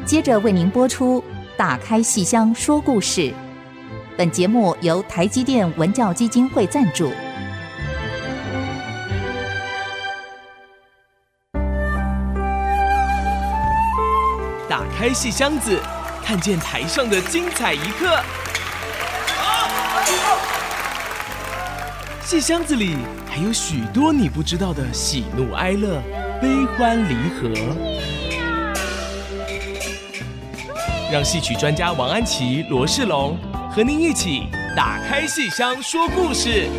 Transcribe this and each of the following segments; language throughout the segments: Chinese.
接着为您播出打开戏箱说故事。本节目由台积电文教基金会赞助。 打开戏箱子，看见台上的精彩一刻。戏箱子里还有许多你不知道的喜怒哀乐、悲欢离合。让戏曲专家王安琪、罗世龙和您一起打开戏箱说故事。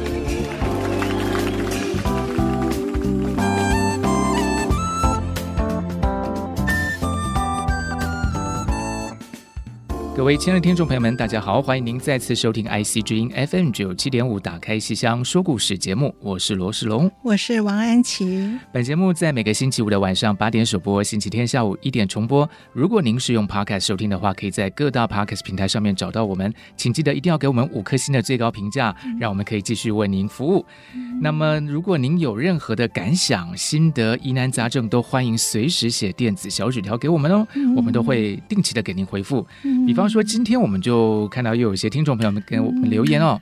各位亲爱的听众朋友们，大家好，欢迎您再次收听 IC 之音 FM97.5 打开戏箱说故事节目，我是罗世龙， 我是王安琪。 本节目在每个星期五的晚上8点首播，星期天下午1点重播。如果您是用 Podcast 收听的话，可以在各大 Podcast 平台上面找到我们，请记得一定要给我们5颗星的最高评价，让我们可以继续为您服务。那么如果您有任何的感想、心得、疑难杂症，都欢迎随时写电子小纸条给我们哦，我们都会定期的给您回复。比方说今天我们就看到又有一些听众朋友们跟我们留言哦。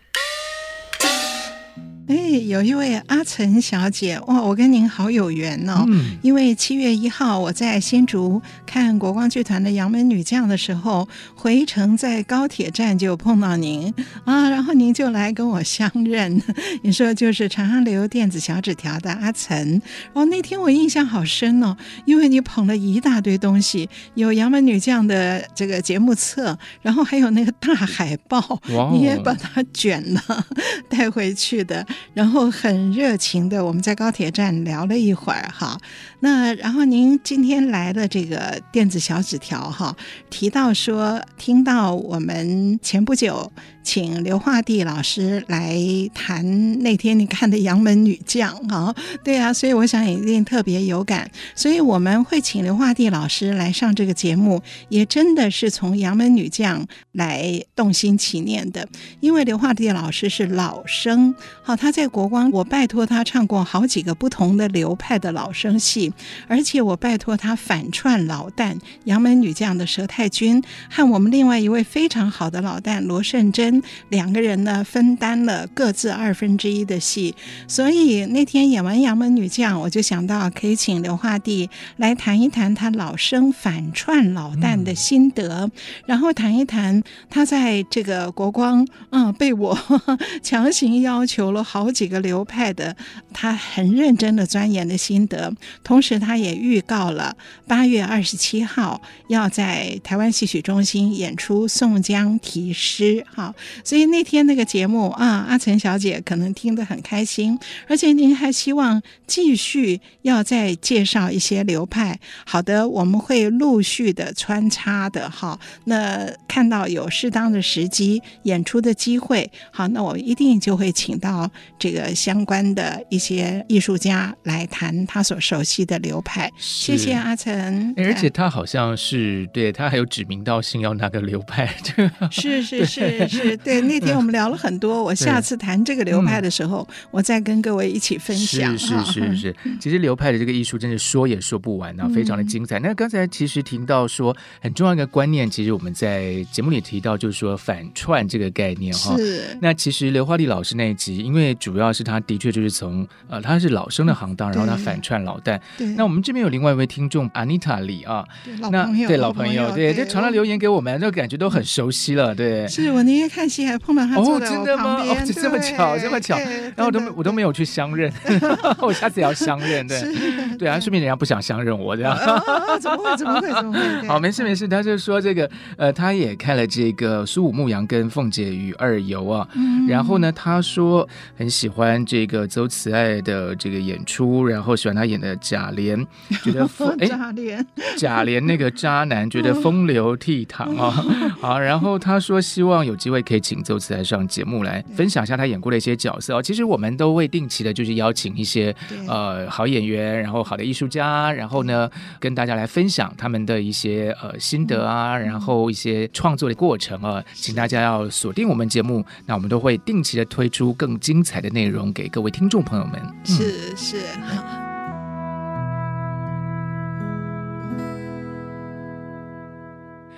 有一位阿岑小姐，哇，我跟您好有缘哦。因为7月1号我在新竹看国光剧团的《杨门女将》的时候，回程在高铁站就碰到您啊，然后您就来跟我相认。你说就是常常留电子小纸条的阿岑哦，那天我印象好深哦，因为你捧了一大堆东西，有《杨门女将》的这个节目册，然后还有那个大海报，你也把它卷了带回去的。然后很热情的我们在高铁站聊了一会儿哈。那然后您今天来了这个电子小纸条哈，提到说听到我们前不久请刘化地老师来谈那天你看的《杨门女将》哈，对啊，所以我想一定特别有感，所以我们会请刘化地老师来上这个节目，也真的是从《杨门女将》来动心起念的，因为刘化地老师是老生，好，他在国光我拜托他唱过好几个不同的流派的老生戏，而且我拜托他反串老旦《杨门女将》的佘太君和我们另外一位非常好的老旦罗胜珍，两个人呢分担了各自1/2的戏，所以那天演完《杨门女将》，我就想到可以请刘化地来谈一谈他老生反串老旦的心得，然后谈一谈他在这个国光被我强行要求了好几个流派的他很认真的钻研的心得，同时他也预告了8月27号要在台湾戏曲中心演出宋江题诗哈，所以那天那个节目阿岑小姐可能听得很开心，而且您还希望继续要再介绍一些流派。好的，我们会陆续的穿插的哈，那看到有适当的时机演出的机会，好，那我一定就会请到这个相关的一些艺术家来谈他所熟悉的流派。谢谢阿岑。 而且他好像是对他还有指名道姓要哪个流派是对，那天我们聊了很多，我下次谈这个流派的时候我再跟各位一起分享。 是其实流派的这个艺术真的说也说不完啊，非常的精彩。那刚才其实提到说很重要的一个观念，其实我们在节目里提到就是说反串这个概念哈。是。那其实刘化地老师那一集，因为主要是他的确就是从他是老生的行当，然后他反串老旦。那我们这边有另外一位听众 Anita 李啊，老朋友，对，就传了留言给我们，就感觉都很熟悉了，对。 是我那天看戏还碰到他坐在我旁边， 这么巧，然后我都没有去相认，我下次也要相认，对啊，说明人家不想相认我这样。 怎么会？ 好，没事，他就说这个他也看了这个苏武牧羊跟凤姐与二游啊，然后呢，他说很喜欢这个邹慈爱的这个演出，然后喜欢他演的贾琏，觉得贾琏那个渣男，觉得风流倜傥啊。好，然后他说希望有机会可以请邹慈爱上节目来分享一下他演过的一些角色。其实我们都会定期的就是邀请一些好演员，然后好的艺术家，然后呢跟大家来分享他们的一些心得啊，然后一些创作的过程啊，请大家要锁定我们节目，那我们都会定期的推出更精彩的内容给各位听众朋友们。 是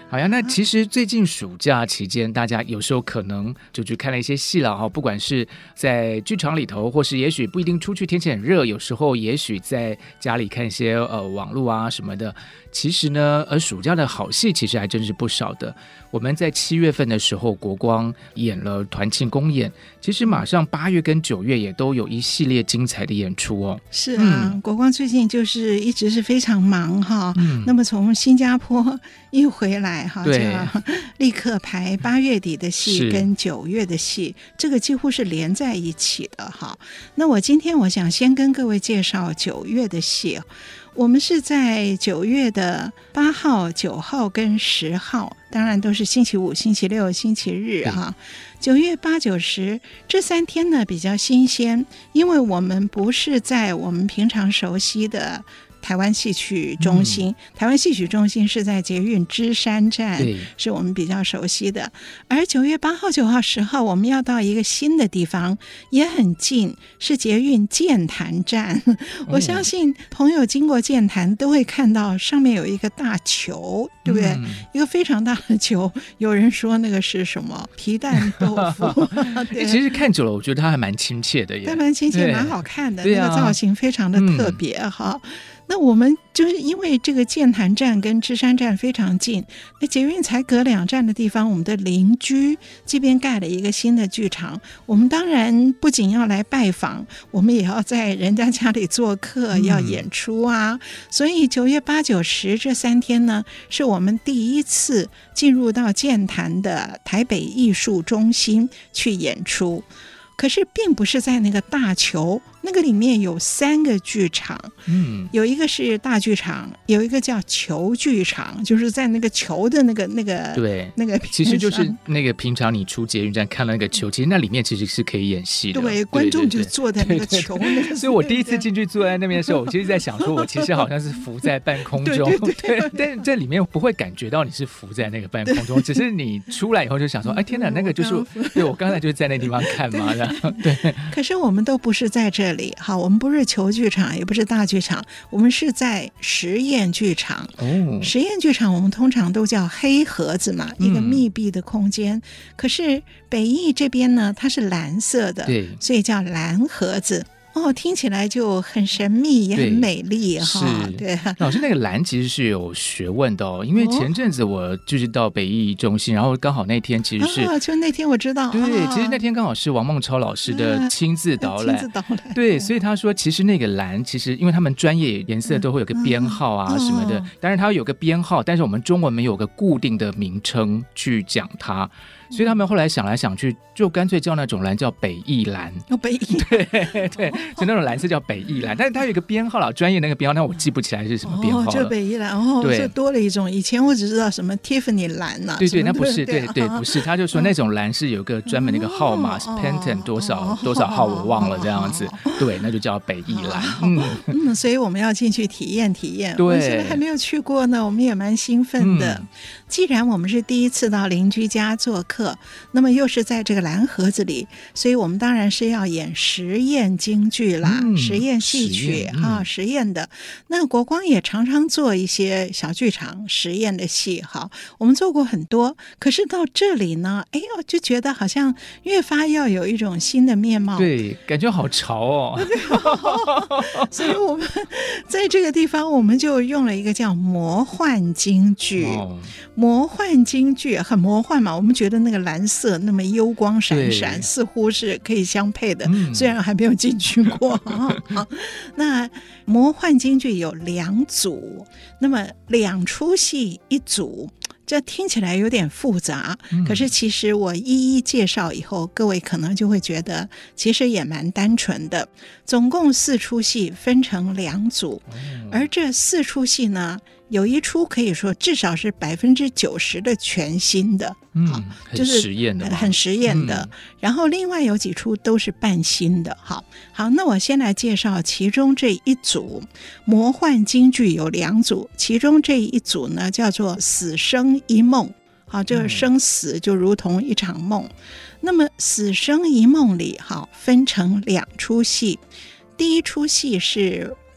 好呀，那其实最近暑假期间，大家有时候可能就去看了一些戏了哈，不管是在剧场里头，或是也许不一定出去，天气很热，有时候也许在家里看一些网络啊什么的。其实呢，暑假的好戏其实还真是不少的。我们在7月份的时候，国光演了团庆公演，其实马上8月跟9月也都有一系列精彩的演出哦。 是啊，国光最近就是一直是非常忙哈。那么从新加坡一回来哈，就要立刻排8月底的戏跟9月的戏，这个几乎是连在一起的哈。那我今天我想先跟各位介绍9月的戏。我们是在9月的8号、9号跟10号，当然都是星期五、星期六、星期日哈。9月8、9、10这3天呢比较新鲜，因为我们不是在我们平常熟悉的台湾戏曲中心，台湾戏曲中心是在捷运芝山站，是我们比较熟悉的。而9月8号、9号、10号我们要到一个新的地方，也很近，是捷运剑潭站。我相信朋友经过剑潭都会看到上面有一个大球，对不对？一个非常大的球，有人说那个是什么皮蛋豆腐其实看久了我觉得它还蛮亲切的耶， 它蛮亲切，蛮好看的，那个造型非常的特别哈。那我们就是因为这个剑潭站跟芝山站非常近，那捷运才隔2站的地方，我们的邻居这边盖了一个新的剧场，我们当然不仅要来拜访，我们也要在人家家里做客，要演出啊。所以9月8、9、10这3天呢，是我们第一次进入到剑潭的台北艺术中心去演出。可是并不是在那个大球，那个里面有3个剧场，有一个是大剧场，有一个叫球剧场，就是在那个球的那个对那个， 其实就是那个平常你出捷运站看到那个球，其实那里面其实是可以演戏的， 对，观众就坐在那个球那个， 所以我第一次进去坐在那边的时候，我其实在想说，我其实好像是浮在半空中，对，但是这里面不会感觉到你是浮在那个半空中，只是你出来以后就想说，哎天哪，那个就是对我刚才就是在那地方看嘛。对， 可是我们都不是在这里，好，我们不是球剧场，也不是大剧场，我们是在实验剧场。实验剧场我们通常都叫黑盒子嘛，一个密闭的空间。可是北艺这边呢，它是蓝色的，对，所以叫蓝盒子。听起来就很神秘，也很美丽哈。对， 老师那个蓝其实是有学问的哦，因为前阵子我就是到北艺中心，然后刚好那天其实是就那天我知道， 对，其实那天刚好是王孟超老师的亲自导览，对，所以他说其实那个蓝，其实因为他们专业颜色都会有个编号啊什么的，当然它有个编号，但是我们中文没有个固定的名称去讲它。所以他们后来想来想去，就干脆叫那种蓝叫北艺蓝。 北艺对，所以那种蓝色叫北艺蓝，但是它有一个编号啦，专业那个编号，那我记不起来是什么编号了。 就北艺蓝，就多了一种。以前我只知道什么 Tiffany 蓝啊， 对，那不是，对，不是，他就说那种蓝是有个专门的一个号码，Pantone 多少号我忘了这样子，对，那就叫北艺蓝。 所以我们要进去体验。 对， 我现在还没有去过呢，我们也蛮兴奋的。既然我们是第一次到邻居家做客，那么又是在这个蓝盒子里，所以我们当然是要演实验京剧啦，实验戏曲实验的。那国光也常常做一些小剧场实验的戏哈，我们做过很多。可是到这里呢，我就觉得好像越发要有一种新的面貌， 对，感觉好潮哦。 所以我们在这个地方，我们就用了一个叫魔幻京剧。魔幻京剧很魔幻嘛，我们觉得那个蓝色那么幽光闪闪，似乎是可以相配的，虽然还没有进去过。那魔幻京剧有2组，那么2出戏1组，这听起来有点复杂，可是其实我一一介绍以后，各位可能就会觉得其实也蛮单纯的。总共4出戏分成2组，而这4出戏呢，有一出可以说至少是90%的全新的，就是很实验的， 很实验的。然后另外有几出都是半新的。好，那我先来介绍其中这一组魔幻京剧有2组，其中这一组呢叫做死生一梦。好，这个生死就如同一场梦。那么死生一梦里分成2出戏，第一出戏是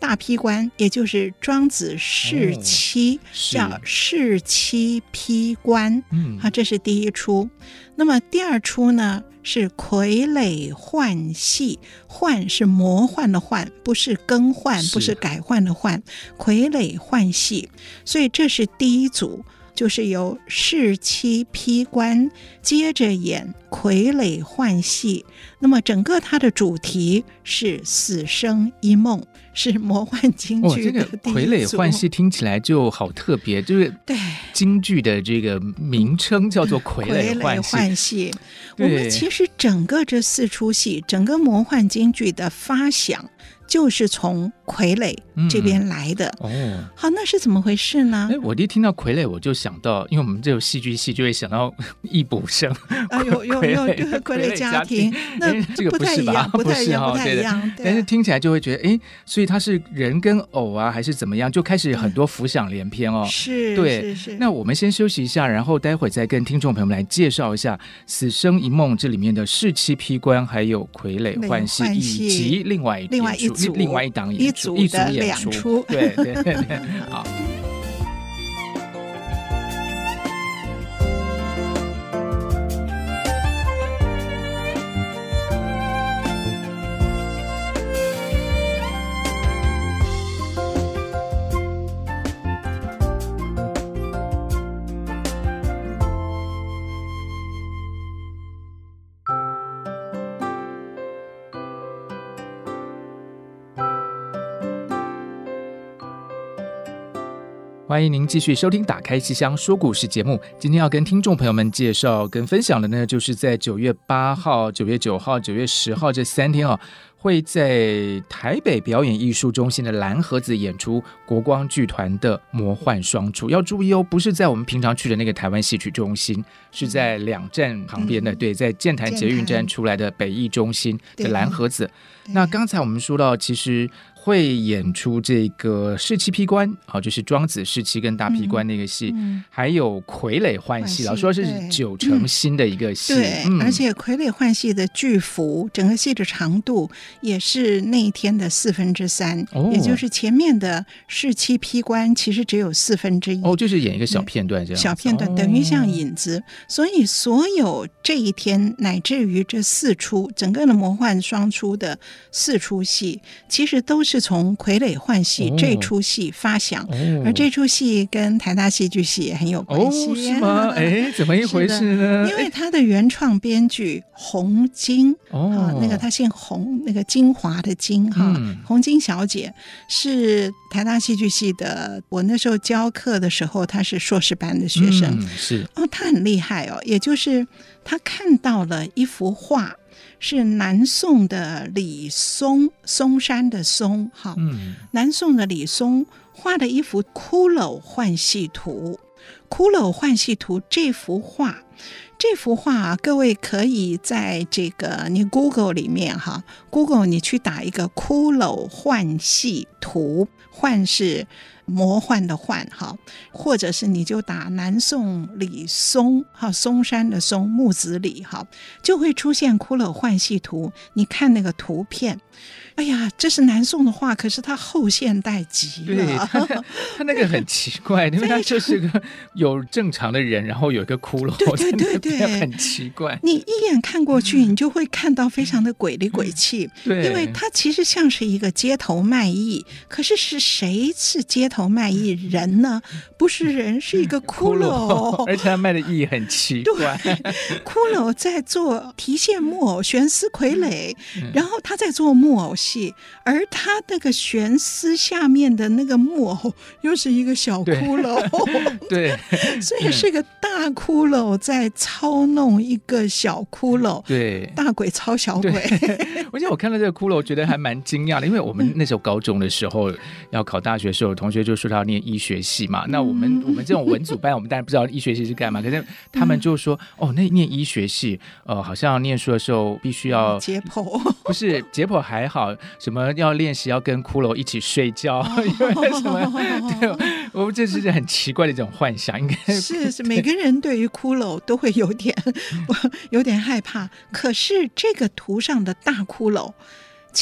大劈关，也就是庄子弑妻，叫弑妻劈关，这是第一出。那么第二出呢是傀儡换戏，换是魔幻的换，不是更换，不是改换的换，傀儡换戏。所以这是第一组，就是由弑妻劈关接着演傀儡换戏。那么整个它的主题是死生一梦，是魔幻京剧的第一组。 这个傀儡换戏听起来就好特别，就是对京剧的这个名称叫做傀儡换戏。 我们其实整个这4出戏，整个魔幻京剧的发想就是从傀儡这边来的。好，那是怎么回事呢？ 我一听到傀儡我就想到，因为我们这种戏剧系就会想到易卜生有傀儡家庭，那这个不太一样， 不太一样。 但是听起来就会觉得所以它是人跟偶啊还是怎么样，就开始很多浮想联翩哦。 是， 对， 是。 那我们先休息一下，然后待会再跟听众朋友们来介绍一下《死生一梦》这里面的弑妻劈关，还有傀儡换戏，以及另外一档演出，一组演出，对，好。欢迎您继续收听打开戏箱说故事节目。今天要跟听众朋友们介绍跟分享的呢，就是在9月8号、9月9号、9月10号这3天会在台北表演艺术中心的蓝盒子演出国光剧团的魔幻双出。要注意不是在我们平常去的那个台湾戏曲中心，是在2站旁边的，对，在剑潭捷运站出来的北艺中心的蓝盒子。那刚才我们说到，其实会演出这个弑妻劈关，就是庄子弑妻跟大劈关那个戏，还有傀儡换戏，老说是9成新的一个戏， 对，而且傀儡换戏的剧幅，整个戏的长度也是那一天的3/4，也就是前面的弑妻劈关其实只有1/4， 就是演一个小片段这样， 小片段等于像引子，所以所有这一天乃至于这4出整个的魔幻双出的4出戏，其实都是从傀儡换戏这出戏发想，而这出戏跟台大戏剧系也很有关系。 是吗？怎么一回事呢？ 因为他的原创编剧洪金，那个他姓洪，那个精华的金洪金小姐是台大戏剧系的，我那时候教课的时候她是硕士班的学生， 是她很厉害也就是她看到了一幅画，是南宋的李松，嵩山的嵩，南宋的李松画的一幅骷髅换戏图。骷髅换戏图这幅画各位可以在这个你 Google 里面Google 你去打一个骷髅换戏图，换是魔幻的幻，或者是你就打南宋李松，嵩山的嵩，木子李，就会出现骷髅换戏图。你看那个图片，哎呀，这是南宋的画，可是它后现代极了。 对，他那个很奇怪，因为他就是个有正常的人，然后有一个骷髅， 对， 很奇怪。 你一眼看过去，你就会看到非常的鬼里鬼气， 对， 因为它其实像是一个街头卖艺，可是谁是街头卖艺人呢？不是人，是一个骷髅， 而且他卖的艺很奇怪。 骷髅在做提线木偶、悬丝傀儡，然后他在做木偶戏，而他那个悬丝下面的那个木偶又是一个小骷髅， 对， 所以是个大骷髅在操弄一个小骷髅， 对， 大鬼操小鬼。 而且我看到这个骷髅，觉得还蛮惊讶的，因为我们那时候高中的时候要考大学的时候，同学就说他要念医学系嘛，那我们这种文组班，我们当然不知道医学系是干嘛，可是他们就说那念医学系，好像念书的时候必须要解剖， 不是解剖还好，什么要练习要跟骷髅一起睡觉，因为什么？对，我们这是很奇怪的一种幻想，应该是每个人对于骷髅都会有点害怕。可是这个图上的大骷髅，其实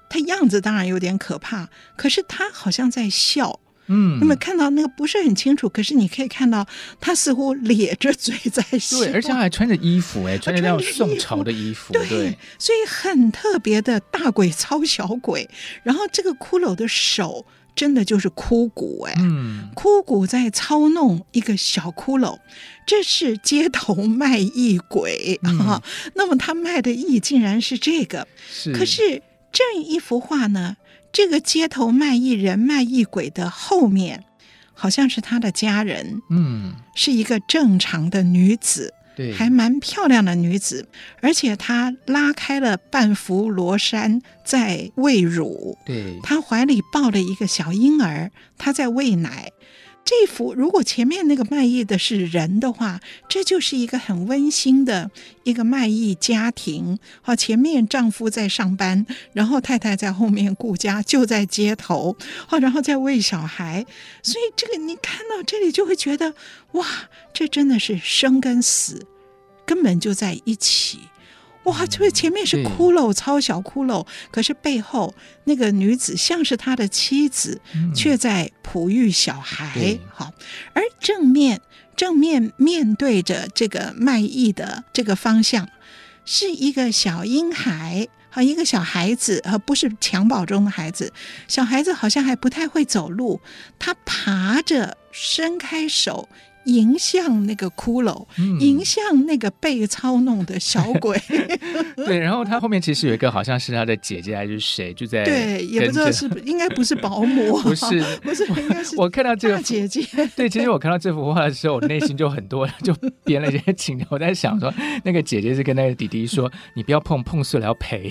他样子当然有点可怕，可是他好像在笑。那么看到那个不是很清楚，可是你可以看到他似乎咧着嘴在笑。 对，而且他还穿着衣服，穿着那种宋朝的衣服。对， 所以很特别的大鬼操小鬼。然后这个骷髅的手真的就是枯骨，枯骨在操弄一个小骷髅，这是街头卖艺鬼啊。那么他卖的艺竟然是这个，可是这一幅画呢，这个街头卖艺人卖艺鬼的后面好像是他的家人，是一个正常的女子，还蛮漂亮的女子，而且她拉开了半幅罗衫在喂乳，她怀里抱了一个小婴儿，她在喂奶。这幅如果前面那个卖艺的是人的话，这就是一个很温馨的一个卖艺家庭。好，前面丈夫在上班，然后太太在后面顾家，就在街头，好，然后在喂小孩。所以这个你看到这里就会觉得，哇，这真的是生跟死根本就在一起。哇，这前面是骷髅操小骷髅，可是背后那个女子像是他的妻子，却在哺育小孩。好，而正面面对着这个卖艺的这个方向，是一个小婴孩和一个小孩子，不是襁褓中的孩子，小孩子好像还不太会走路，他爬着伸开手迎向那个骷髅，迎向那个被操弄的小鬼。 对，然后他后面其实有一个好像是他的姐姐还是谁，就在对，也不知道是应该不是保姆， 不是， 应该是我看到这个大姐姐。 对，其实我看到这幅画的时候，我内心就很多就编了一些情，我在想说，那个姐姐是跟那个弟弟说，你不要碰碎了要赔。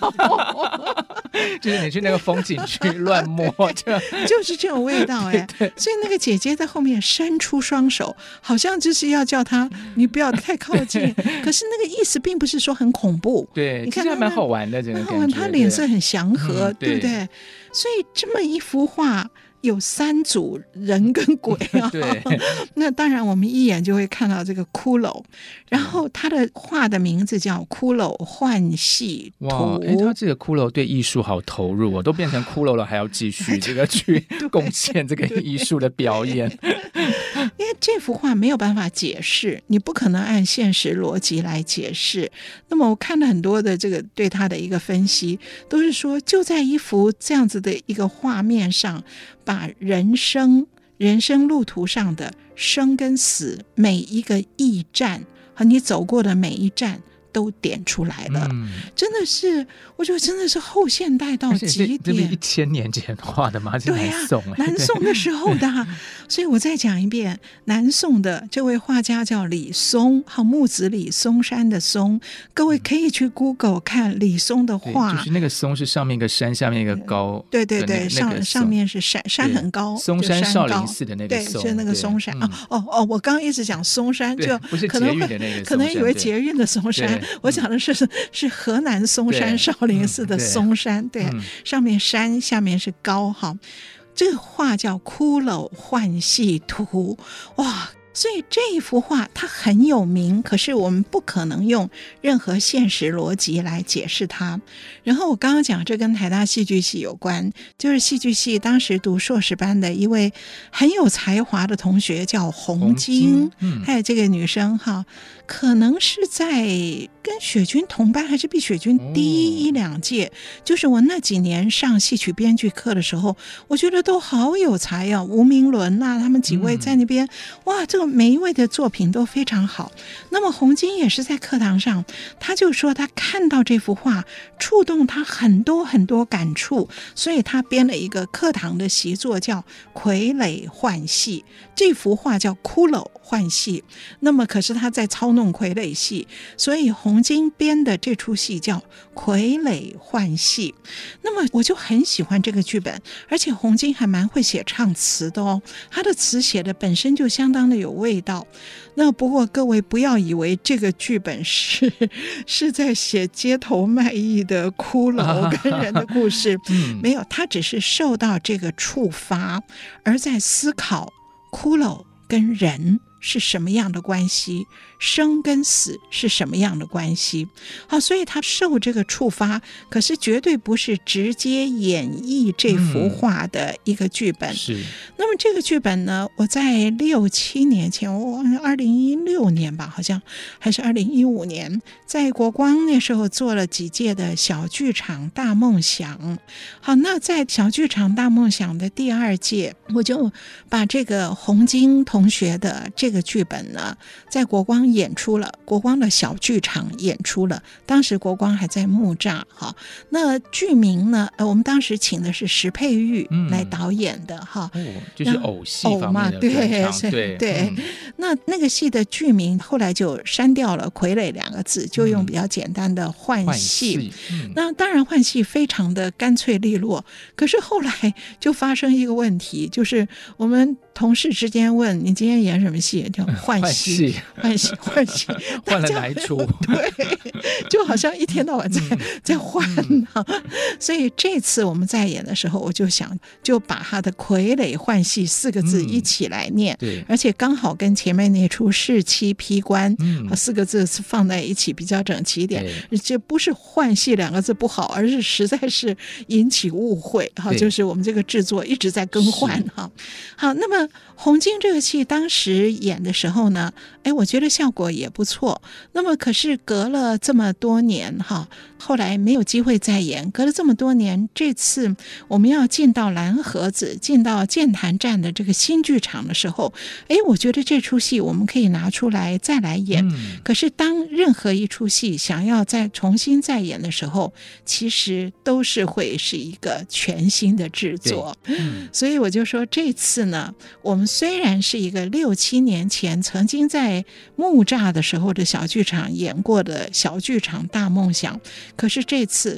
就是你去那个风景区乱摸， 就是这种味道。所以那个姐姐在后面伸出双手，好像就是要叫他你不要太靠近，可是那个意思并不是说很恐怖。 对， 你看其实还蛮好玩的，这个感觉。 他脸色很祥和，对不对？所以这么一幅画有3组人跟鬼啊。 对， 那当然我们一眼就会看到这个骷髅，然后他的画的名字叫《骷髅幻戏图》。 哇，他这个骷髅对艺术好投入，都变成骷髅了，还要继续这个去贡献这个艺术的表演。 因为这幅画没有办法解释，你不可能按现实逻辑来解释。那么我看了很多的这个对他的一个分析，都是说就在一幅这样子的一个画面上，把人生路途上的生跟死每一个驿站和你走过的每一站都点出来了。真的是，我觉得真的是后现代到极点。 这不是1000年前画的吗？是南宋， 南宋的时候的。所以我再讲一遍，南宋的这位画家叫李松，木子李，松山的松。各位可以去 Google 看李松的画， 就是那个松是上面一个山，下面一个高。 对，上面是山很高， 松山少林寺的那个松， 对，是那个松山。我刚刚一直讲松山，就不是捷运的那个松山， 可能以为捷运的松山。我讲的是河南嵩山少林寺的嵩山，对，上面山，下面是高。好，这个画叫《骷髅幻戏图》。哇，所以这一幅画它很有名，可是我们不可能用任何现实逻辑来解释它。然后我刚刚讲这跟台大戏剧系有关，就是戏剧系当时读硕士班的一位很有才华的同学叫洪晶，还有这个女生可能是在跟雪君同班还是比雪君低1、2届，就是我那几年上戏曲编剧课的时候，我觉得都好有才啊，吴明伦啊，他们几位在那边，哇，这个每一位的作品都非常好。那么洪晶也是在课堂上，他就说他看到这幅画触动他很多很多感触，所以他编了一个课堂的习作叫傀儡幻戏，这幅画叫骷髅幻戏。那么可是他在操弄傀儡戏，所以洪晶编的这出戏叫傀儡幻戏。那么我就很喜欢这个剧本，而且洪晶还蛮会写唱词的哦，他的词写的本身就相当的有味道。那不过各位不要以为这个剧本是在写街头卖艺的骷髅跟人的故事，没有，他只是受到这个触发，而在思考骷髅跟人是什么样的关系，生跟死是什么样的关系。好，所以他受这个触发，可是绝对不是直接演绎这幅画的一个剧本。 是。 那么这个剧本呢，我在6、7年前，我2016年吧，好像还是2015年，在国光那时候做了几届的小剧场大梦想。好，那在小剧场大梦想的第2届，我就把这个洪金同学的这个剧本呢，在国光演出了，国光的小剧场演出了。当时国光还在木栅。好，那剧名呢，我们当时请的是石佩玉来导演的。哈， 就是偶戏方面的专场。对， 那个戏的剧名后来就删掉了傀儡2个字，就用比较简单的换戏。那当然换戏非常的干脆利落，可是后来就发生一个问题，就是我们同事之间问你今天演什么戏，就换戏， 换了哪一出？ 对，就好像一天到晚在换。所以这次我们在演的时候，我就想就把他的傀儡换戏4个字一起来念。 对， 而且刚好跟前面那出士妻披冠4个字是放在一起比较整齐一点。这不是换戏2个字不好，而是实在是引起误会。就是我们这个制作一直在更换。好，那么洪金这个戏当时演的时候呢，我觉得效果也不错。那么可是隔了这么多年后来没有机会再演，隔了这么多年，这次我们要进到蓝盒子，进到剑潭站的这个新剧场的时候，我觉得这出戏我们可以拿出来再来演。可是当任何一出戏想要再重新再演的时候，其实都是会是一个全新的制作。所以我就说这次呢，我们虽然是一个6、7年前曾经在木栅的时候的小剧场演过的小剧场大梦想，可是这次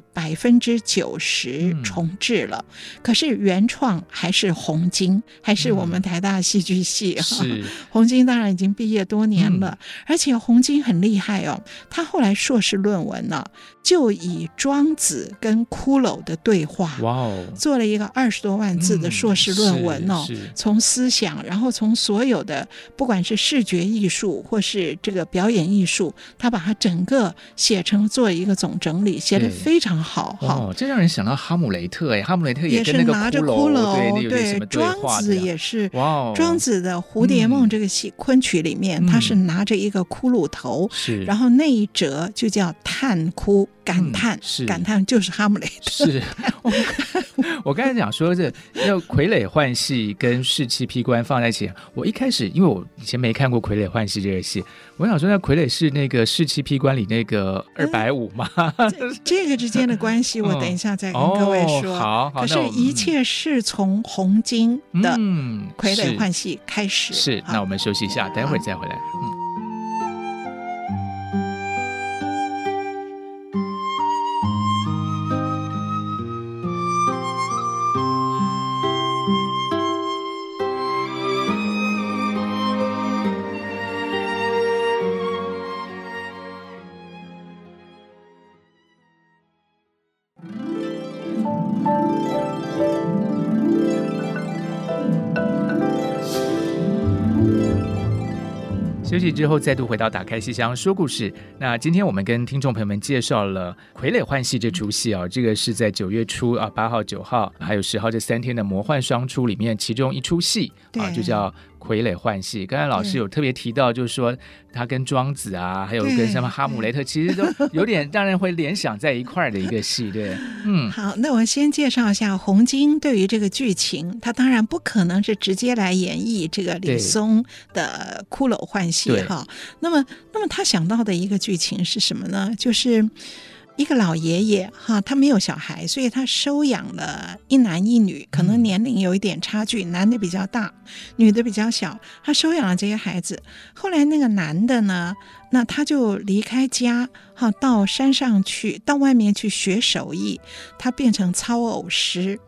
90%重制了。可是原创还是洪金，还是我们台大戏剧系。洪金当然已经毕业多年了，而且洪金很厉害哦，他后来硕士论文呢，就以庄子跟骷髅的对话，做了一个20多万字的硕士论文哦。从思想，然后从所有的不管是视觉艺术或是这个表演艺术，他把它整个写成做一个总整理，写得非常好。 这让人想到哈姆雷特。哈姆雷特也跟那个拿着骷髅， 对， 庄子也是。庄子的蝴蝶梦这个戏昆曲里面，他是拿着一个骷髅头，然后那一折就叫叹哭，感叹就是哈姆雷特。 是我刚才讲说这要傀儡换戏跟士气披冠放在一起，我一开始因为我以前没看过傀儡换戏这个戏，我想说那傀儡是那个士气披冠里那个250吗？ 这个之间的关系我等一下再跟各位说。 好， 可是一切是从洪金的傀儡换戏开始。 是，那我们休息一下，待会儿再回来。休息之后再度回到打开戏箱说故事。那今天我们跟听众朋友们介绍了傀儡换戏这出戏这个是在9月初8号、9号还有10号这3天的魔幻双出里面其中一出戏就叫傀儡换戏。刚才老师有特别提到，就是说他跟庄子还有跟什么哈姆雷特，其实都有点让人会联想在一块的一个戏。对， 好，那我先介绍一下洪金对于这个剧情，他当然不可能是直接来演绎这个李松的骷髅换戏那么他想到的一个剧情是什么呢？就是一个老爷爷他没有小孩，所以他收养了一男一女，可能年龄有一点差距，男的比较大，女的比较小，他收养了这些孩子。后来那个男的呢，那他就离开家到山上去，到外面去学手艺，他变成操偶师。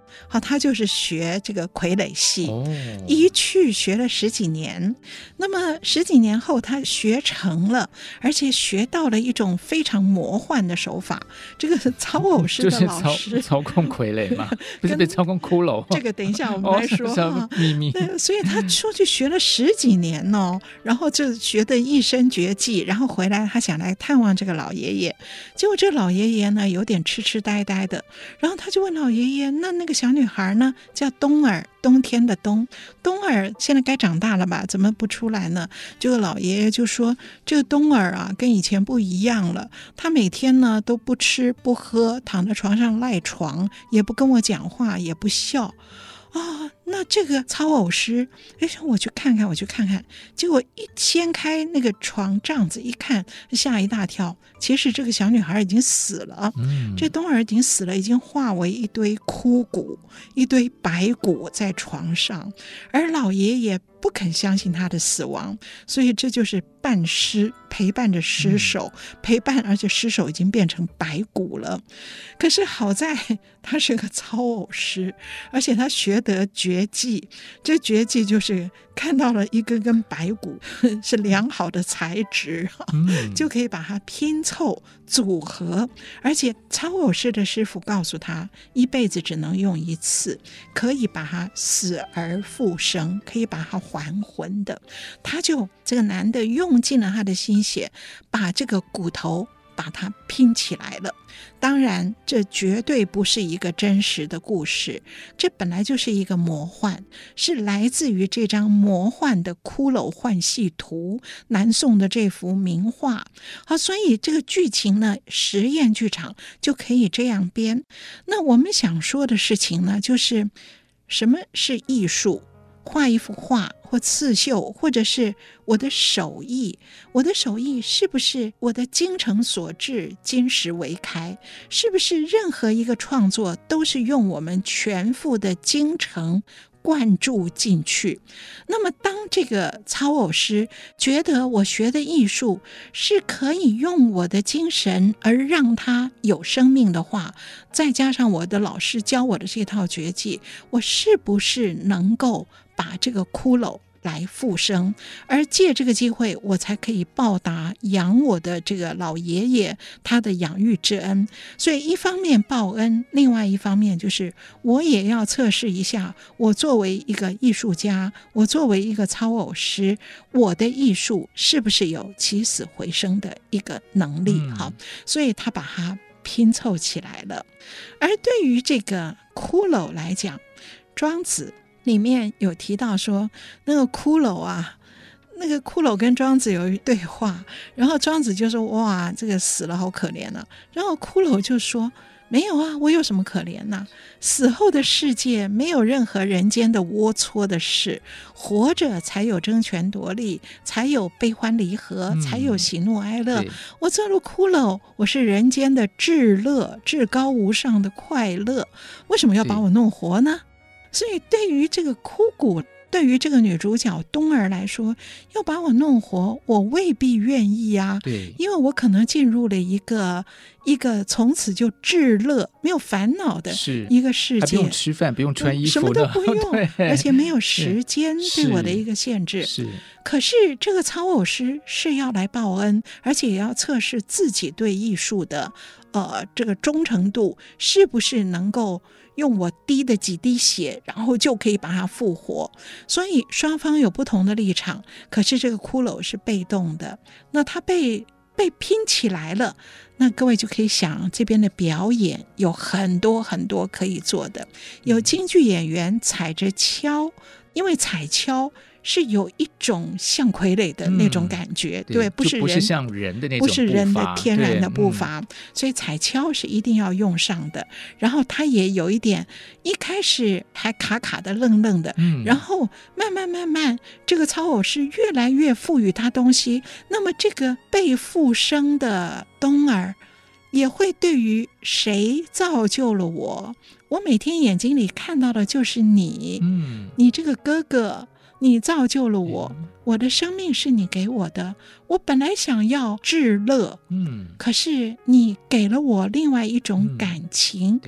好，他就是学这个傀儡戏，一去学了10几年。那么10几年后他学成了，而且学到了一种非常魔幻的手法。这个操偶师的老师就是操控傀儡嘛，不是被操控骷髅。 这个等一下我们来说秘密。 对，所以他出去学了10几年哦，然后就学得一身绝技，然后回来他想来探望这个老爷爷。结果这老爷爷呢有点痴痴呆呆的，然后他就问老爷爷，那个小女孩呢，叫冬儿，冬天的冬儿现在该长大了吧，怎么不出来呢？这个老爷爷就说，这个冬儿啊跟以前不一样了，他每天呢都不吃不喝，躺在床上赖床，也不跟我讲话，也不笑啊。那这个操偶师，我去看看，结果一掀开那个床帐子一看，吓一大跳。其实这个小女孩已经死了，这冬儿已经死了，已经化为一堆枯骨，一堆白骨在床上，而老爷爷不肯相信她的死亡，所以这就是伴尸，陪伴着尸首，陪伴，而且尸首已经变成白骨了。可是好在他是个操偶师，而且他学得绝技，这绝技就是看到了一根根白骨是良好的材质，就可以把它拼凑组合。而且操偶师的师傅告诉他，一辈子只能用一次，可以把它死而复生，可以把它还魂的。他就这个男的用尽了他的心血，把这个骨头把它拼起来了。当然这绝对不是一个真实的故事，这本来就是一个魔幻，是来自于这张魔幻的骷髅幻戏图，南宋的这幅名画。好，所以这个剧情呢，实验剧场就可以这样编。那我们想说的事情呢，就是什么是艺术？画一幅画或刺绣，或者是我的手艺，是不是我的精诚所至，金石为开？是不是任何一个创作都是用我们全副的精诚灌注进去？那么当这个操偶师觉得我学的艺术是可以用我的精神而让它有生命的话，再加上我的老师教我的这套绝技，我是不是能够把这个骷髅来复生，而借这个机会我才可以报答养我的这个老爷爷他的养育之恩。所以一方面报恩，另外一方面就是我也要测试一下，我作为一个艺术家，我作为一个操偶师，我的艺术是不是有起死回生的一个能力。好，所以他把它拼凑起来了。而对于这个骷髅来讲，庄子里面有提到说，那个骷髅跟庄子有一对话，然后庄子就说，哇，这个死了好可怜啊。然后骷髅就说，没有啊，我有什么可怜呢？死后的世界没有任何人间的龌龊的事，活着才有争权夺利，才有悲欢离合，才有喜怒哀乐。我做了骷髅，我是人间的至乐，至高无上的快乐，为什么要把我弄活呢？所以对于这个枯骨，对于这个女主角冬儿来说，要把我弄活，我未必愿意啊。对，因为我可能进入了一个从此就至乐没有烦恼的一个世界， 还不用吃饭，不用穿衣服， 什么都不用而且没有时间对我的一个限制。可是这个操偶师是要来报恩，而且也要测试自己对艺术的这个忠诚度，是不是能够用我滴的几滴血，然后就可以把它复活。所以双方有不同的立场，可是这个骷髅是被动的，那它被拼起来了，那各位就可以想，这边的表演有很多很多可以做的。有京剧演员踩着跷，因为踩跷是有一种像傀儡的那种感觉，对，不是像人的那种步伐， 不是人的天然的步伐，所以踩跷是一定要用上的。然后它也有一点，一开始还卡卡的愣愣的，然后慢慢这个操偶师越来越赋予它东西，那么这个被复生的冬儿也会对于谁造就了我每天眼睛里看到的就是你，你这个哥哥，你造就了我，我的生命是你给我的，我本来想要至乐，可是你给了我另外一种感情，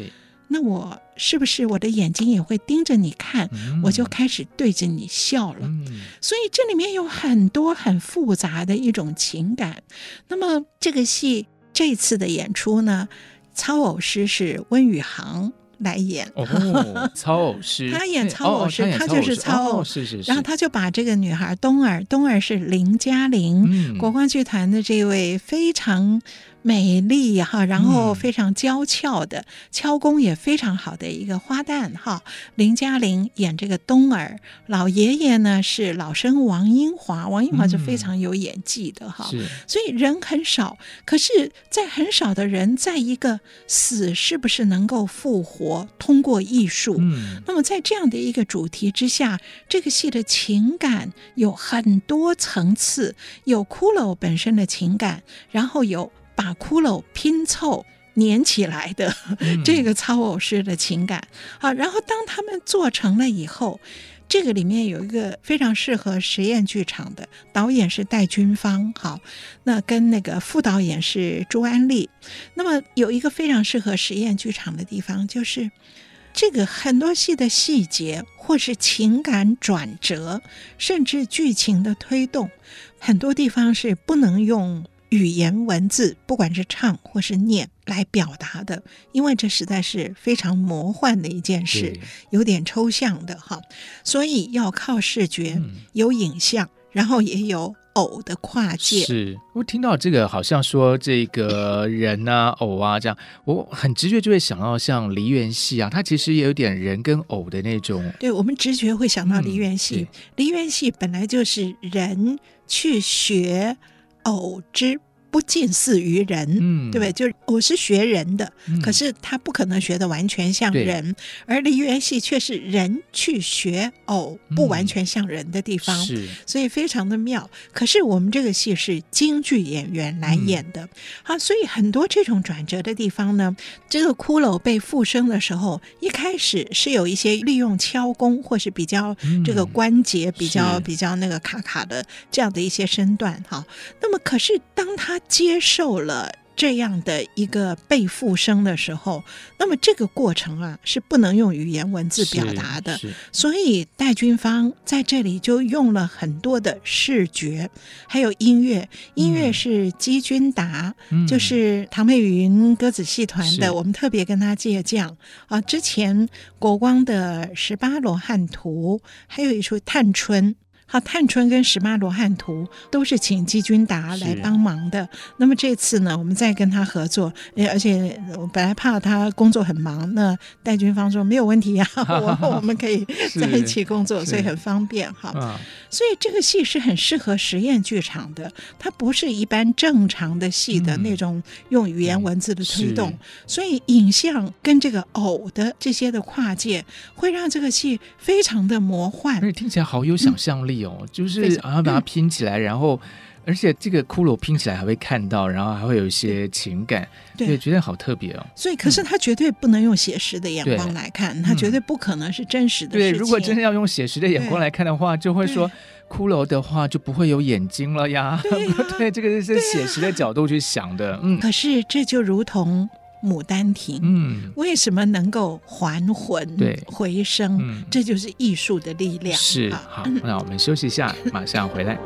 那我是不是我的眼睛也会盯着你看，我就开始对着你笑了。所以这里面有很多很复杂的一种情感。那么这个戏这次的演出呢，操偶师是温宇航来演。 操偶师， 他演操偶师，他就是操偶。 是。 然后他就把这个女孩冬儿是林嘉玲，国光剧团的这位非常美丽哈，然后非常娇俏的，敲功也非常好的一个花旦哈。林嘉玲演这个冬儿，老爷爷呢是老生王英华是非常有演技的哈。所以人很少，可是在很少的人，在一个死是不是能够复活，通过艺术。那么在这样的一个主题之下，这个戏的情感有很多层次，有骷髅本身的情感，然后有把骷髅拼凑粘起来的这个操偶师的情感啊，然后当他们做成了以后，这个里面有一个非常适合实验剧场的导演是戴君芳，好，那跟那个副导演是朱安丽。那么有一个非常适合实验剧场的地方，就是这个很多戏的细节或是情感转折，甚至剧情的推动，很多地方是不能用语言文字，不管是唱或是念来表达的，因为这实在是非常魔幻的一件事，有点抽象的哈，所以要靠视觉，有影像，然后也有偶的跨界。 是我听到这个好像说这个人啊偶啊这样，我很直觉就会想到像梨园戏啊，它其实也有点人跟偶的那种。 对，我们直觉会想到梨园戏，梨园戏本来就是人去学偶之不近似于人，对不对？就是我是学人的，可是他不可能学得完全像人，而梨园戏却是人去学偶不完全像人的地方，所以非常的妙。可是我们这个戏是京剧演员来演的，所以很多这种转折的地方呢，这个骷髅被附身的时候，一开始是有一些利用敲功或是比较这个关节比较那个卡卡的这样的一些身段哈。那么可是当他接受了这样的一个被附身的时候，那么这个过程啊是不能用语言文字表达的，所以戴君芳在这里就用了很多的视觉还有音乐是姬君达，就是唐佩云歌子戏团的，我们特别跟他借将啊。之前国光的18罗汉图还有一出探春，探春跟18罗汉图都是请姬君达来帮忙的。那么这次呢，我们再跟他合作，而且我本来怕他工作很忙，那戴君芳说没有问题啊，我们可以在一起工作，所以很方便哈。所以这个戏是很适合实验剧场的，它不是一般正常的戏的那种用语言文字的推动，所以影像跟这个偶的这些的跨界，会让这个戏非常的魔幻， 而且听起来好有想象力就是把它拼起来，然后而且这个骷髅拼起来还会看到，然后还会有一些情感，对，觉得好特别哦。 所以可是他绝对不能用写实的眼光来看，他绝对不可能是真实的事情。 对，如果真的要用写实的眼光来看的话，就会说骷髅的话就不会有眼睛了呀。对，这个是写实的角度去想的。 可是这就如同牡丹亭，为什么能够还魂回生？这就是艺术的力量。 是，好，那我们休息一下，马上回来。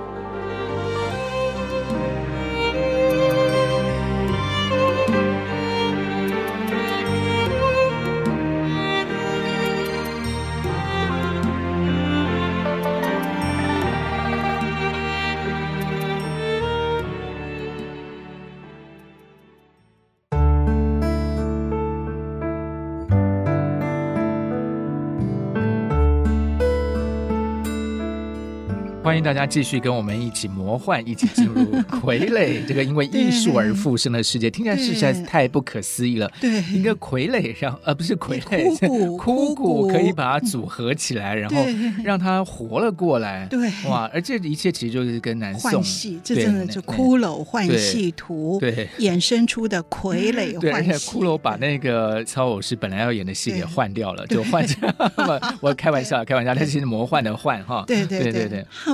欢迎大家继续跟我们一起魔幻，一起进入傀儡这个因为艺术而复生的世界，听起来实在是太不可思议了。对，一个傀儡让不是傀儡，枯骨可以把它组合起来，然后让它活了过来。对，哇！而这一切其实就是跟南宋幻戏，这真的就骷髅幻戏图衍生出的傀儡幻戏。 对，而且骷髅把那个操偶师本来要演的戏给换掉了，就换成我开玩笑，但是魔幻的幻哈。 对。好。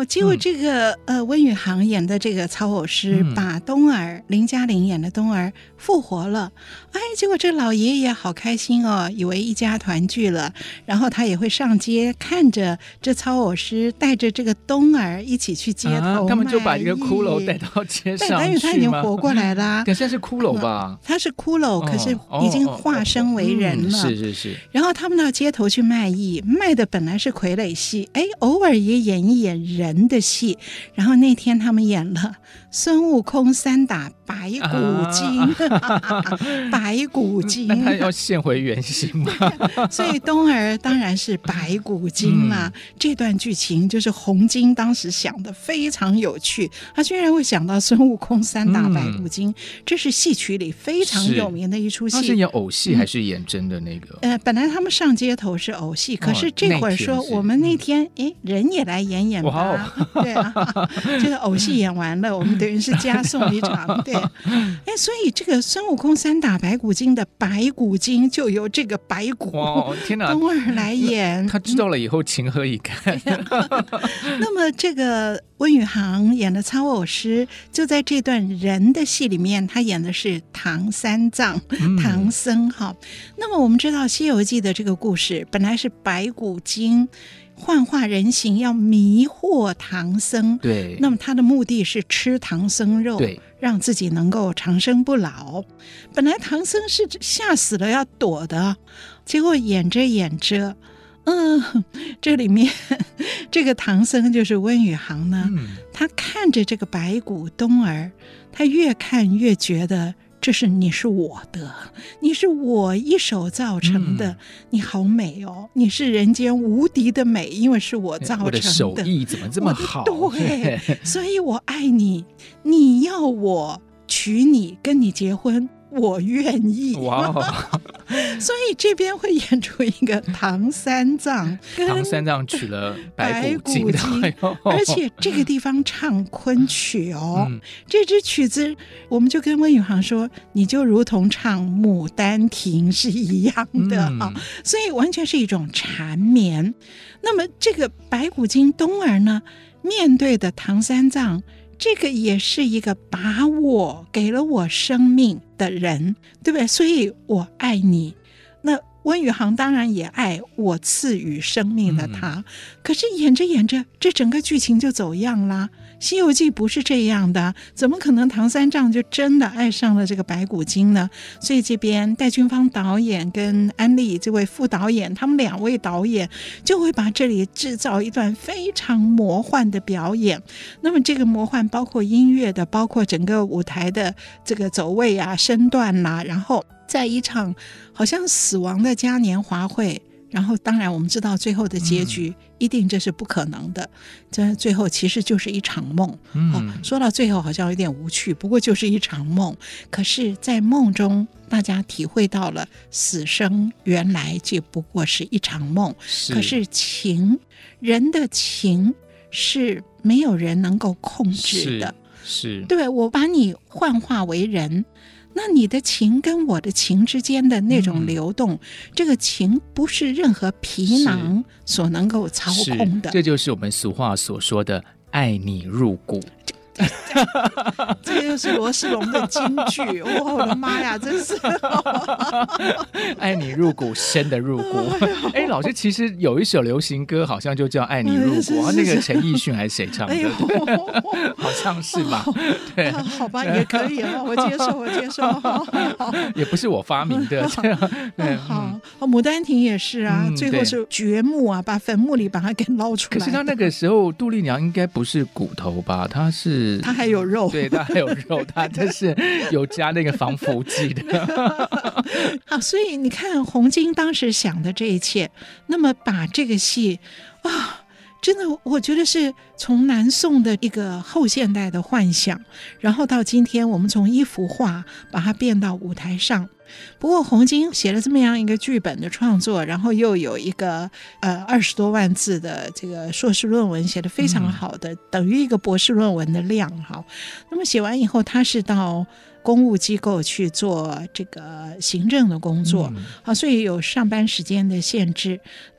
结果这个温宇航演的这个曹偶师把东儿林嘉玲演的东儿复活了，结果这老爷爷好开心哦，以为一家团聚了，然后他也会上街看着这曹偶师带着这个东儿一起去街头他们就把一个骷髅带到街上去吗？ 因为他已经活过来了， 可是是骷髅吧？ 他是骷髅，可是已经化身为人了。 是。 然后他们到街头去卖艺，卖的本来是傀儡戏，偶尔也演一演人的戏。然后那天他们演了孙悟空3打白骨精，白骨精， 那他要现回原形吗？ 所以东儿当然是白骨精啦。这段剧情就是洪金当时想的非常有趣，他居然会想到孙悟空3打白骨精，这是戏曲里非常有名的一出戏。 他是演偶戏还是演真的那个？ 本来他们上街头是偶戏，可是这会儿说我们那天人也来演演吧。对啊，这个偶戏演完了，我们等于是加送一场。对，所以这个孙悟空3打白骨精的白骨精就由这个白骨天哪东儿来演。 他知道了以后情何以堪？ 那么这个温宇航演的曹偶师就在这段人的戏里面，他演的是唐三藏，唐僧哈。那么我们知道《西游记》的这个故事本来是白骨精幻化人形要迷惑唐僧， 对， 那么他的目的是吃唐僧肉， 对， 让自己能够长生不老。本来唐僧是吓死了要躲的，结果演着演着这里面这个唐僧就是温宇航呢，他看着这个白骨东儿，他越看越觉得你是我的，你是我一手造成的，你好美哦，你是人间无敌的美，因为是我造成的。 我的手艺怎么这么好？ 对，所以我爱你，你要我娶你，跟你结婚，我愿意。 哇！ 所以这边会演出一个唐三藏， 唐三藏娶了白骨精， 而且这个地方唱昆曲这支曲子我们就跟温宇航说，你就如同唱《牡丹亭》是一样的所以完全是一种缠绵。那么这个白骨精东儿呢，面对的唐三藏，这个也是一个把我给了我生命的人，对不对？所以我爱你。那温宇航当然也爱我赐予生命的他，可是演着演着，这整个剧情就走样啦。西游记不是这样的，怎么可能唐三藏就真的爱上了这个白骨精呢？所以这边戴俊芳导演跟安利这位副导演，他们2位导演就会把这里制造一段非常魔幻的表演。那么这个魔幻包括音乐的，包括整个舞台的这个走位啊、身段啊，然后在一场好像死亡的嘉年华会，然后当然我们知道最后的结局一定这是不可能的，这最后其实就是一场梦说到最后好像有点无趣，不过就是一场梦。可是在梦中大家体会到了死生原来就不过是一场梦，可是人的情是没有人能够控制的， 是对，我把你幻化为人，那你的情跟我的情之间的那种流动，这个情不是任何皮囊所能够操控的。 这就是我们俗话所说的爱你入骨。 这个又是罗世龙的金句，我的妈呀，真是爱你入骨，深的入骨。老师其实有一首流行歌好像就叫爱你入骨，那个陈奕迅还是谁唱的？好像是吧？对， 好吧，也可以啊，我接受也不是我发明的。 好，牡丹亭也是啊，最后是掘墓啊，把坟墓里把它给捞出来。 可是他那个时候杜丽娘应该不是骨头吧？她还有肉， 对，她还有肉，她这是有加那个防腐剂的。 好，所以你看洪金当时想的这一切，那么把这个戏真的我觉得是从南宋的一个后现代的幻想，然后到今天我们从一幅画把它变到舞台上。不过洪金写了这么样一个剧本的创作，然后又有一个20多万字的这个硕士论文，写得非常好的，等于一个博士论文的量。好，那么写完以后他是到公务机构去做这个行政的工作，所以有上班时间的限制。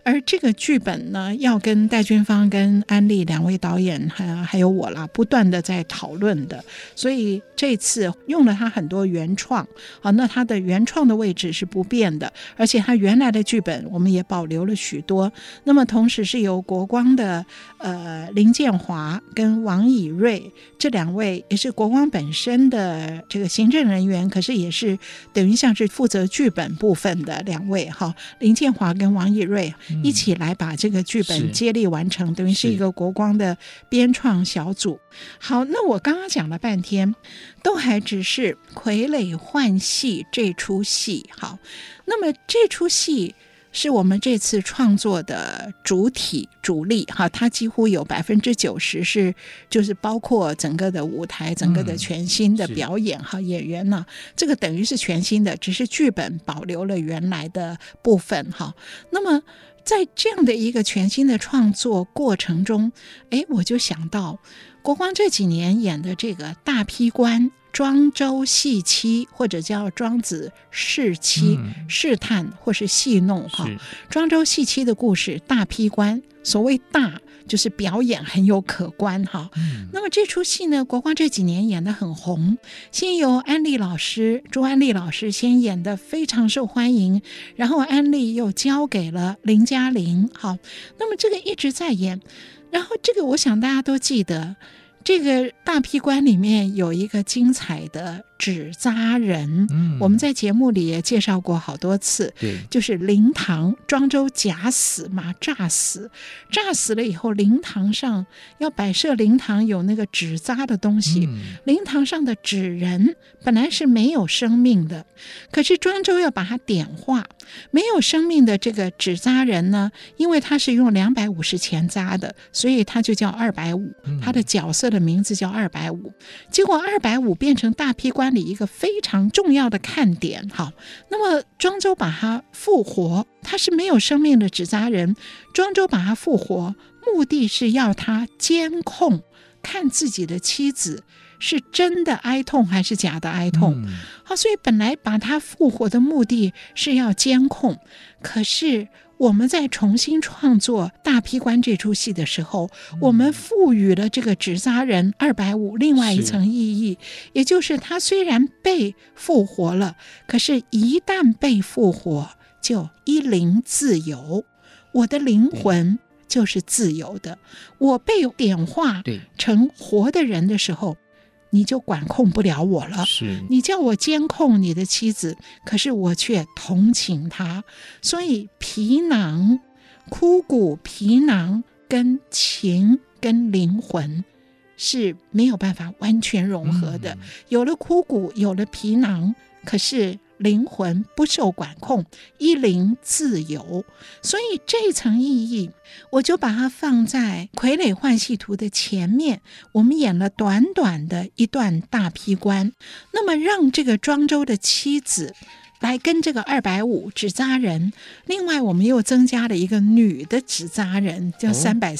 而这个剧本呢，要跟戴军芳跟安丽两位导演还有我啦，不断的在讨论的，所以这次用了他很多原创，那他的原创的位置是不变的，而且他原来的剧本我们也保留了许多。那么同时是由国光的林建华跟王以瑞这两位也是国光本身的这个行政人员，可是也是等于像是负责剧本部分的两位林建华跟王以瑞一起来把这个剧本接力完成，等于是一个国光的编创小组。好，那我刚刚讲了半天都还只是傀儡换戏这出戏。好，那么这出戏是我们这次创作的主体主力它几乎有90%是就是包括整个的舞台整个的全新的表演演员呢，这个等于是全新的，只是剧本保留了原来的部分那么在这样的一个全新的创作过程中，我就想到国光这几年演的这个大批官庄周戏妻，或者叫庄子试妻，试探或是戏弄庄周戏妻的故事，大批官，所谓大就是表演很有可观那么这出戏呢，国光这几年演得很红，先由安丽老师朱安丽老师先演得非常受欢迎，然后安丽又交给了林嘉玲那么这个一直在演，然后这个我想大家都记得，这个大批官里面有一个精彩的纸扎人，我们在节目里也介绍过好多次，就是灵堂，庄周假死嘛，炸死了以后，灵堂上要摆设灵堂有那个纸扎的东西，灵堂上的纸人本来是没有生命的，可是庄周要把它点化，没有生命的这个纸扎人呢，因为他是用250钱扎的，所以他就叫250，他的角色的名字叫250，结果250变成大批官里一个非常重要的看点那么庄周把他复活，他是没有生命的纸扎人，庄周把他复活，目的是要他监控看自己的妻子是真的哀痛还是假的哀痛所以本来把他复活的目的是要监控，可是我们在重新创作大批官这出戏的时候，我们赋予了这个纸扎人250另外一层意义，也就是他虽然被复活了，可是一旦被复活就一灵自由，我的灵魂就是自由的，我被点化成活的人的时候，你就管控不了我了，你叫我监控你的妻子，可是我却同情他，所以皮囊枯骨皮囊跟情跟灵魂是没有办法完全融合的，有了枯骨有了皮囊，可是灵魂不受管控，一灵自由，所以这层意义我就把它放在傀儡换戏图的前面，我们演了短短的一段大批官，那么让这个庄周的妻子来跟这个250纸扎人，另外我们又增加了一个女的纸扎人叫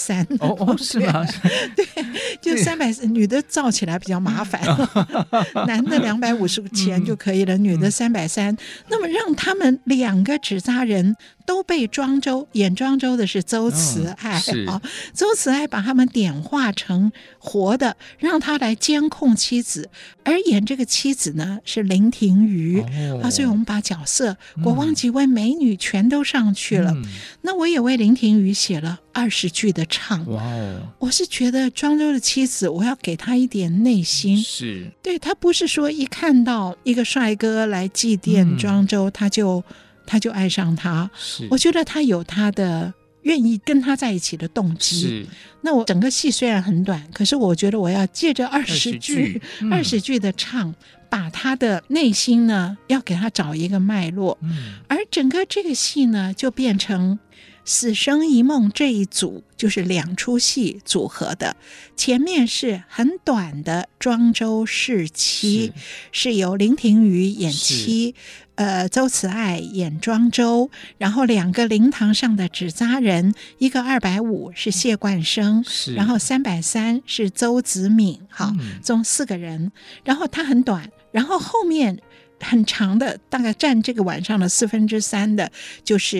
330 是吗？ 对，就330，女的造起来比较麻烦男的250钱就可以了，女的330，那么让他们两个纸扎人都被庄周，演庄周的是周慈爱周慈爱把他们点化成活的，让他来监控妻子，而演这个妻子呢是林庭瑜所以我们把角色国光几位美女全都上去了那我也为林庭瑜写了20句的唱我是觉得庄周的妻子我要给他一点内心， 是对，他不是说一看到一个帅哥来祭奠庄周他就爱上他，我觉得他有他的愿意跟他在一起的动机。那我整个戏虽然很短，可是我觉得我要借着20句的唱，把他的内心呢要给他找一个脉络而整个这个戏呢就变成死生一梦这一组，就是2出戏组合的，前面是很短的庄周试妻，是由林庭瑜演妻，周慈爱演庄周，然后2个灵堂上的纸扎人，一个250是谢冠生，然后330是周子敏，总4个人，然后他很短，然后后面很长的大概占这个晚上的3/4的就是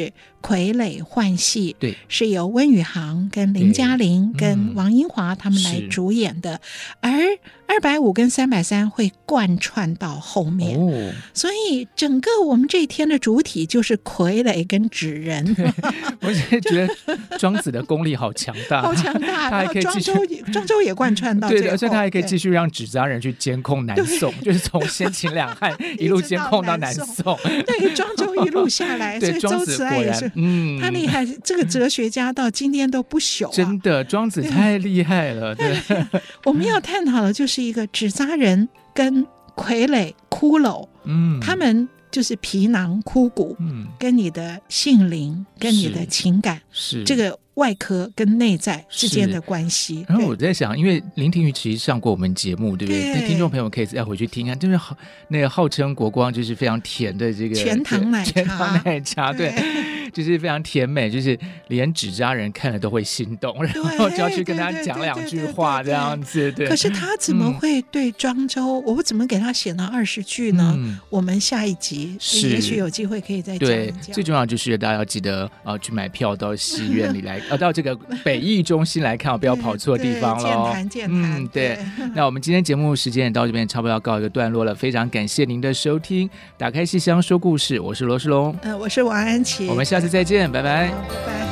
傀儡换戏， 对， 是由温宇航跟林嘉玲跟王英华他们来主演的，而250跟330会贯穿到后面，所以整个我们这一天的主体就是傀儡跟纸人。 我也觉得庄子的功力好强大， 好强大， 他还可以继续庄周也贯穿到最后， 对，而且他还可以继续让纸扎人去监控南宋，就是从先秦两汉一路监控到南宋。 对，庄周一路下来，所以周慈爱也是，他厉害，这个哲学家到今天都不朽啊！ 真的，庄子太厉害了。对， 我们要探讨的就是一个纸扎人跟傀儡骷髅，他们就是皮囊枯骨，跟你的性灵跟你的情感是这个外壳跟内在之间的关系。 然后我在想，因为林庭瑜其实上过我们节目，对不对？听众朋友可以要回去听看，就是那个号称国光就是非常甜的这个全糖奶茶，对，就是非常甜美，就是连纸扎人看了都会心动，然后就要去跟他讲两句话这样子。对， 可是他怎么会对庄周，我怎么给他写到20句呢？我们下一集也许有机会可以再讲一讲。 对，最重要就是大家要记得去买票到戏院里来。到这个北艺中心来看，不要跑错地方了。 健谈， 对。那我们今天节目时间也到这边差不多要告一个段落了，非常感谢您的收听，打开戏箱说故事，我是罗世龙， 我是王安琪， 我们下次再见，拜拜。 拜拜。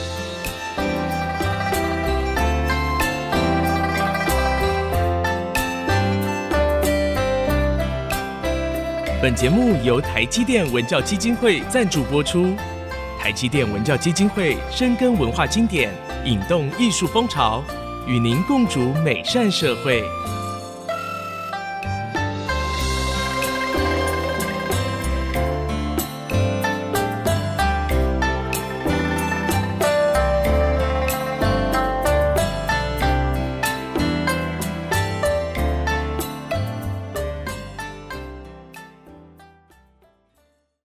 本节目由台积电文教基金会赞助播出。台积电文教基金会深耕文化经典，引动艺术风潮，与您共筑美善社会。